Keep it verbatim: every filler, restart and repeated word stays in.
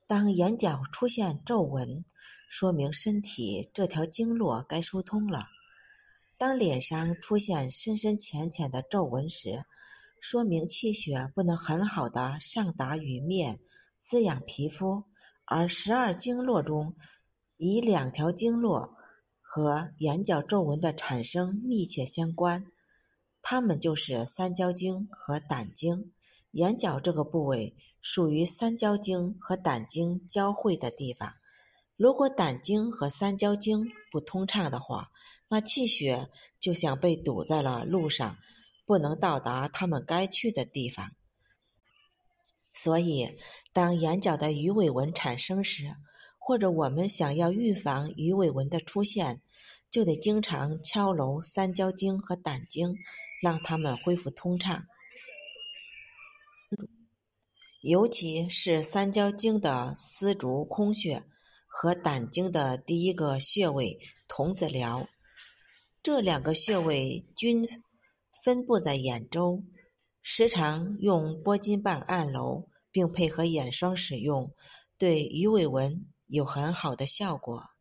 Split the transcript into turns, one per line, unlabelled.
当眼角出现皱纹，说明身体这条经络该疏通了；当脸上出现深深浅浅的皱纹时，说明气血不能很好的上达于面，滋养皮肤。而十二经络中，以两条经络和眼角皱纹的产生密切相关，它们就是三焦经和胆经。眼角这个部位属于三焦经和胆经交汇的地方，如果胆经和三焦经不通畅的话，那气血就像被堵在了路上，不能到达它们该去的地方。所以当眼角的鱼尾纹产生时，或者我们想要预防鱼尾纹的出现，就得经常敲揉三焦经和胆经，让它们恢复通畅。尤其是三焦经的丝竹空穴和胆经的第一个穴位童子髎，这两个穴位均分布在眼周，时常用拨筋棒按揉，并配合眼霜使用，对鱼尾纹有很好的效果。